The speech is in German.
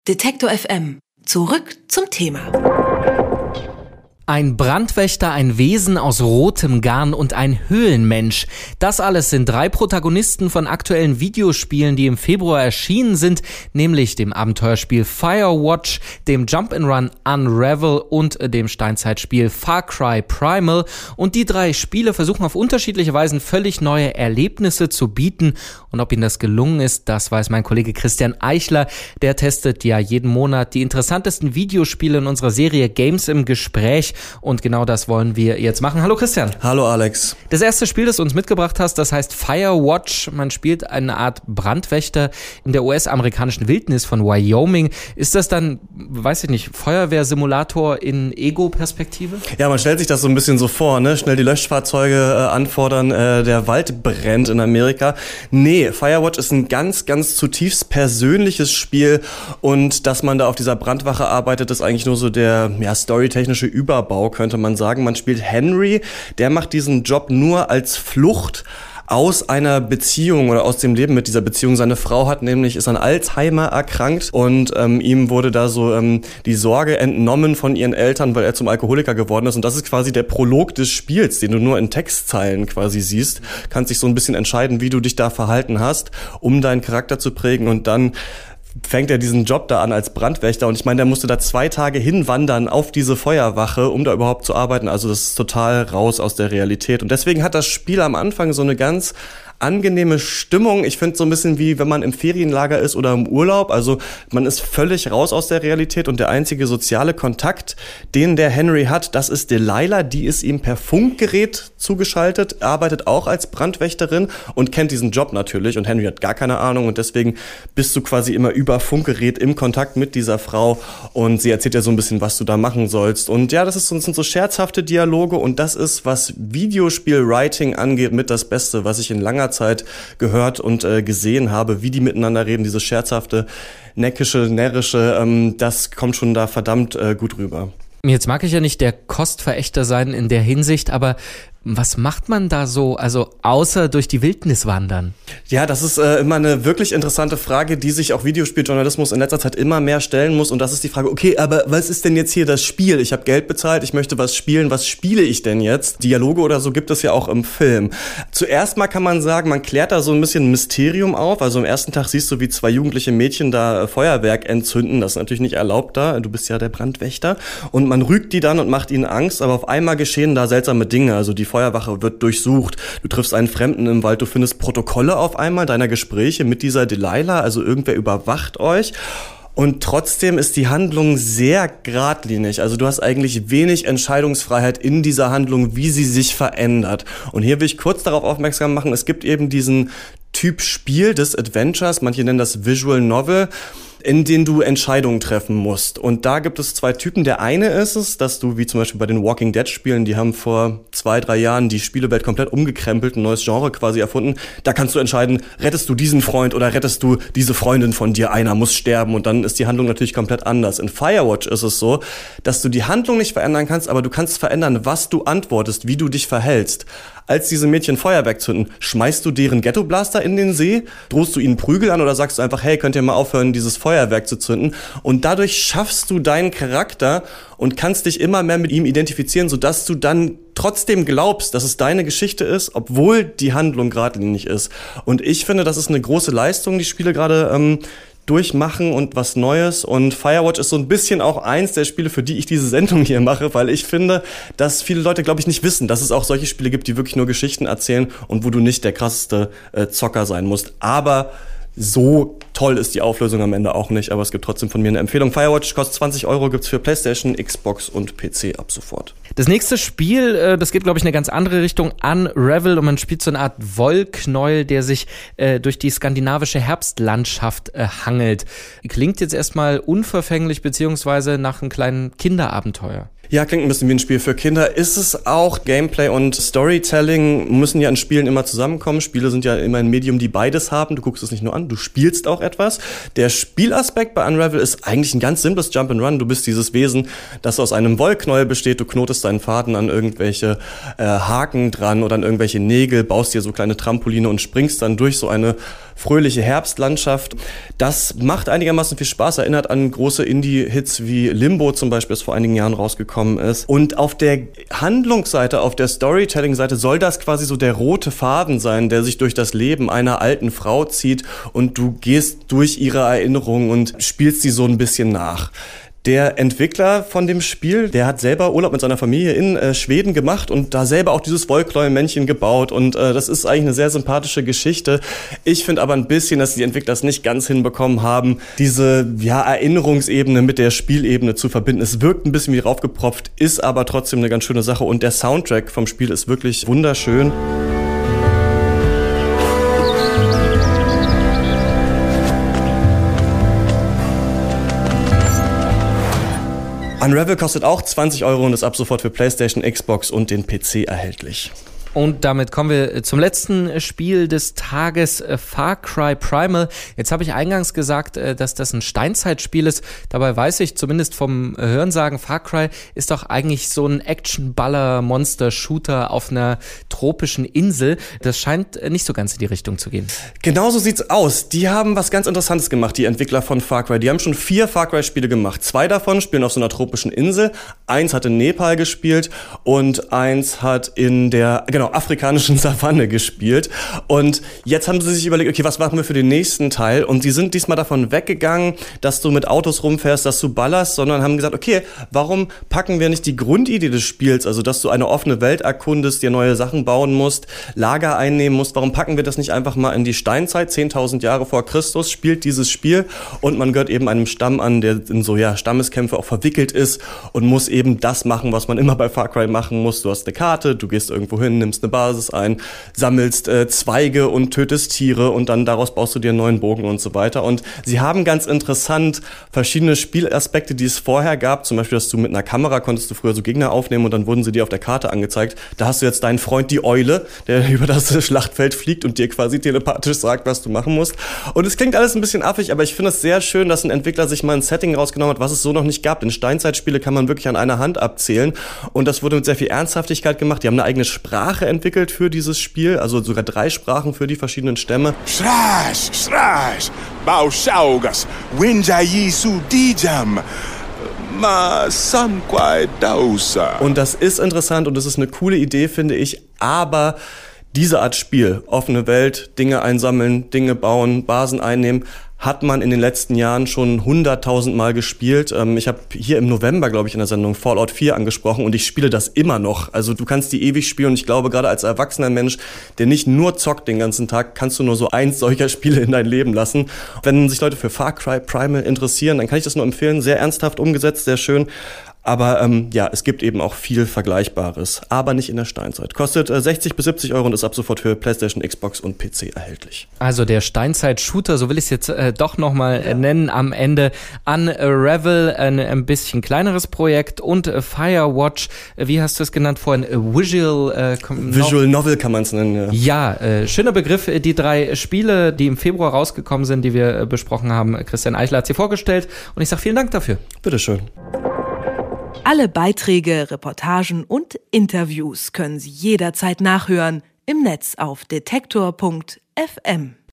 Detektor FM. Zurück zum Thema. Ein Brandwächter, ein Wesen aus rotem Garn und ein Höhlenmensch. Das alles sind 3 Protagonisten von aktuellen Videospielen, die im Februar erschienen sind, nämlich dem Abenteuerspiel Firewatch, dem Jump'n'Run Unravel und dem Steinzeitspiel Far Cry Primal. Und die 3 Spiele versuchen auf unterschiedliche Weisen völlig neue Erlebnisse zu bieten. Und ob ihnen das gelungen ist, das weiß mein Kollege Christian Eichler. Der testet ja jeden Monat die interessantesten Videospiele in unserer Serie Games im Gespräch. Und genau das wollen wir jetzt machen. Hallo Christian. Hallo Alex. Das erste Spiel, das du uns mitgebracht hast, das heißt Firewatch. Man spielt eine Art Brandwächter in der US-amerikanischen Wildnis von Wyoming. Ist das dann, weiß ich nicht, Feuerwehrsimulator in Ego-Perspektive? Ja, man stellt sich das so ein bisschen so vor, ne? Schnell die Löschfahrzeuge anfordern, der Wald brennt in Amerika. Nee, Firewatch ist ein ganz, ganz zutiefst persönliches Spiel und dass man da auf dieser Brandwache arbeitet, ist eigentlich nur so der storytechnische Überbau, könnte man sagen. Man spielt Henry, der macht diesen Job nur als Flucht aus einer Beziehung oder aus dem Leben mit dieser Beziehung. Seine Frau ist an Alzheimer erkrankt und ihm wurde da so die Sorge entnommen von ihren Eltern, weil er zum Alkoholiker geworden ist. Und das ist quasi der Prolog des Spiels, den du nur in Textzeilen quasi siehst. Kannst dich so ein bisschen entscheiden, wie du dich da verhalten hast, um deinen Charakter zu prägen. Und dann fängt er diesen Job da an als Brandwächter und ich meine, der musste da 2 Tage hinwandern auf diese Feuerwache, um da überhaupt zu arbeiten. Also das ist total raus aus der Realität und deswegen hat das Spiel am Anfang so eine ganz angenehme Stimmung. Ich finde so ein bisschen wie, wenn man im Ferienlager ist oder im Urlaub. Also man ist völlig raus aus der Realität und der einzige soziale Kontakt, den der Henry hat, das ist Delilah. Die ist ihm per Funkgerät zugeschaltet, arbeitet auch als Brandwächterin und kennt diesen Job natürlich. Und Henry hat gar keine Ahnung und deswegen bist du quasi immer über Funkgerät im Kontakt mit dieser Frau und sie erzählt dir so ein bisschen, was du da machen sollst. Und ja, das sind so scherzhafte Dialoge und das ist, was Videospiel-Writing angeht, mit das Beste, was ich in langer Zeit gehört und gesehen habe, wie die miteinander reden, dieses scherzhafte, neckische, närrische, das kommt schon da verdammt gut rüber. Jetzt mag ich ja nicht der Kostverächter sein in der Hinsicht, aber was macht man da so, also außer durch die Wildnis wandern? Ja, das ist immer eine wirklich interessante Frage, die sich auch Videospieljournalismus in letzter Zeit immer mehr stellen muss. Und das ist die Frage, okay, aber was ist denn jetzt hier das Spiel? Ich habe Geld bezahlt, ich möchte was spielen. Was spiele ich denn jetzt? Dialoge oder so gibt es ja auch im Film. Zuerst mal kann man sagen, man klärt da so ein bisschen ein Mysterium auf. Also am ersten Tag siehst du, wie 2 jugendliche Mädchen da Feuerwerk entzünden. Das ist natürlich nicht erlaubt da. Du bist ja der Brandwächter. Und man rügt die dann und macht ihnen Angst. Aber auf einmal geschehen da seltsame Dinge. Also die Feuerwache wird durchsucht. Du triffst einen Fremden im Wald. Du findest Protokolle auf einmal deiner Gespräche mit dieser Delilah. Also irgendwer überwacht euch. Und trotzdem ist die Handlung sehr geradlinig. Also du hast eigentlich wenig Entscheidungsfreiheit in dieser Handlung, wie sie sich verändert. Und hier will ich kurz darauf aufmerksam machen, es gibt eben diesen Typ Spiel des Adventures, manche nennen das Visual Novel, in denen du Entscheidungen treffen musst. Und da gibt es 2 Typen. Der eine ist es, dass du, wie zum Beispiel bei den Walking Dead Spielen, die haben vor 2-3 Jahren die Spielewelt komplett umgekrempelt, ein neues Genre quasi erfunden. Da kannst du entscheiden, rettest du diesen Freund oder rettest du diese Freundin von dir? Einer muss sterben und dann ist die Handlung natürlich komplett anders. In Firewatch ist es so, dass du die Handlung nicht verändern kannst, aber du kannst verändern, was du antwortest, wie du dich verhältst. Als diese Mädchen Feuerwerk zünden, schmeißt du deren Ghettoblaster in den See? Drohst du ihnen Prügel an oder sagst du einfach, hey, könnt ihr mal aufhören, dieses Feuerwerk zu zünden? Und dadurch schaffst du deinen Charakter und kannst dich immer mehr mit ihm identifizieren, sodass du dann trotzdem glaubst, dass es deine Geschichte ist, obwohl die Handlung geradlinig ist. Und ich finde, das ist eine große Leistung, die Spiele gerade durchmachen und was Neues. Und Firewatch ist so ein bisschen auch eins der Spiele, für die ich diese Sendung hier mache, weil ich finde, dass viele Leute, glaube ich, nicht wissen, dass es auch solche Spiele gibt, die wirklich nur Geschichten erzählen und wo du nicht der krasseste Zocker sein musst. Aber so toll ist die Auflösung am Ende auch nicht, aber es gibt trotzdem von mir eine Empfehlung. Firewatch kostet 20 €, gibt's für PlayStation, Xbox und PC ab sofort. Das nächste Spiel, das geht, glaube ich, in eine ganz andere Richtung, Unravel, und man spielt so eine Art Wollknäuel, der sich durch die skandinavische Herbstlandschaft hangelt. Klingt jetzt erstmal unverfänglich, beziehungsweise nach einem kleinen Kinderabenteuer. Ja, klingt ein bisschen wie ein Spiel für Kinder. Ist es auch. Gameplay und Storytelling müssen ja in Spielen immer zusammenkommen. Spiele sind ja immer ein Medium, die beides haben. Du guckst es nicht nur an, du spielst auch etwas. Der Spielaspekt bei Unravel ist eigentlich ein ganz simples Jump'n'Run. Du bist dieses Wesen, das aus einem Wollknäuel besteht. Du knotest deinen Faden an irgendwelche Haken dran oder an irgendwelche Nägel, baust dir so kleine Trampoline und springst dann durch so eine fröhliche Herbstlandschaft. Das macht einigermaßen viel Spaß, erinnert an große Indie-Hits wie Limbo zum Beispiel, das vor einigen Jahren rausgekommen ist. Und auf der Handlungsseite, auf der Storytelling-Seite soll das quasi so der rote Faden sein, der sich durch das Leben einer alten Frau zieht und du gehst durch ihre Erinnerungen und spielst sie so ein bisschen nach. Der Entwickler von dem Spiel, der hat selber Urlaub mit seiner Familie in Schweden gemacht und da selber auch dieses Wollknäuel-Männchen gebaut und das ist eigentlich eine sehr sympathische Geschichte. Ich finde aber ein bisschen, dass die Entwickler es nicht ganz hinbekommen haben, diese Erinnerungsebene mit der Spielebene zu verbinden. Es wirkt ein bisschen wie raufgepropft, ist aber trotzdem eine ganz schöne Sache und der Soundtrack vom Spiel ist wirklich wunderschön. Unravel kostet auch 20 € und ist ab sofort für PlayStation, Xbox und den PC erhältlich. Und damit kommen wir zum letzten Spiel des Tages, Far Cry Primal. Jetzt habe ich eingangs gesagt, dass das ein Steinzeitspiel ist. Dabei weiß ich zumindest vom Hörensagen, Far Cry ist doch eigentlich so ein Action-Baller-Monster-Shooter auf einer tropischen Insel. Das scheint nicht so ganz in die Richtung zu gehen. Genauso sieht's aus. Die haben was ganz Interessantes gemacht, die Entwickler von Far Cry. Die haben schon 4 Far Cry-Spiele gemacht. 2 davon spielen auf so einer tropischen Insel. 1 hat in Nepal gespielt und 1 hat in der afrikanischen Savanne gespielt. Und jetzt haben sie sich überlegt, okay, was machen wir für den nächsten Teil? Und sie sind diesmal davon weggegangen, dass du mit Autos rumfährst, dass du ballerst, sondern haben gesagt, okay, warum packen wir nicht die Grundidee des Spiels, also dass du eine offene Welt erkundest, dir neue Sachen bauen musst, Lager einnehmen musst, warum packen wir das nicht einfach mal in die Steinzeit, 10.000 Jahre vor Christus, spielt dieses Spiel und man gehört eben einem Stamm an, der in so Stammeskämpfe auch verwickelt ist und muss eben das machen, was man immer bei Far Cry machen muss. Du hast eine Karte, du gehst irgendwo hin, nimmst eine Basis ein, sammelst Zweige und tötest Tiere und dann daraus baust du dir einen neuen Bogen und so weiter. Und sie haben ganz interessant verschiedene Spielaspekte, die es vorher gab. Zum Beispiel, dass du mit einer Kamera konntest du früher so Gegner aufnehmen und dann wurden sie dir auf der Karte angezeigt. Da hast du jetzt deinen Freund, die Eule, der über das Schlachtfeld fliegt und dir quasi telepathisch sagt, was du machen musst. Und es klingt alles ein bisschen affig, aber ich finde es sehr schön, dass ein Entwickler sich mal ein Setting rausgenommen hat, was es so noch nicht gab. Denn Steinzeitspiele kann man wirklich an einer Hand abzählen. Und das wurde mit sehr viel Ernsthaftigkeit gemacht. Die haben eine eigene Sprache entwickelt für dieses Spiel, also sogar 3 Sprachen für die verschiedenen Stämme. Und das ist interessant und das ist eine coole Idee, finde ich, aber diese Art Spiel, offene Welt, Dinge einsammeln, Dinge bauen, Basen einnehmen, hat man in den letzten Jahren schon 100.000 Mal gespielt. Ich habe hier im November, glaube ich, in der Sendung Fallout 4 angesprochen und ich spiele das immer noch. Also du kannst die ewig spielen und ich glaube, gerade als erwachsener Mensch, der nicht nur zockt den ganzen Tag, kannst du nur so 1 solcher Spiele in dein Leben lassen. Wenn sich Leute für Far Cry Primal interessieren, dann kann ich das nur empfehlen. Sehr ernsthaft umgesetzt, sehr schön. Aber es gibt eben auch viel Vergleichbares, aber nicht in der Steinzeit. Kostet 60 bis 70 € und ist ab sofort für PlayStation, Xbox und PC erhältlich. Also der Steinzeit-Shooter, so will ich es jetzt doch nochmal nennen, am Ende Unravel, ein bisschen kleineres Projekt und Firewatch, wie hast du es genannt vorhin? Visual Novel kann man es nennen, ja. Ja, schöner Begriff. Die 3 Spiele, die im Februar rausgekommen sind, die wir besprochen haben, Christian Eichler hat sie vorgestellt und ich sage vielen Dank dafür. Bitteschön. Alle Beiträge, Reportagen und Interviews können Sie jederzeit nachhören im Netz auf detektor.fm.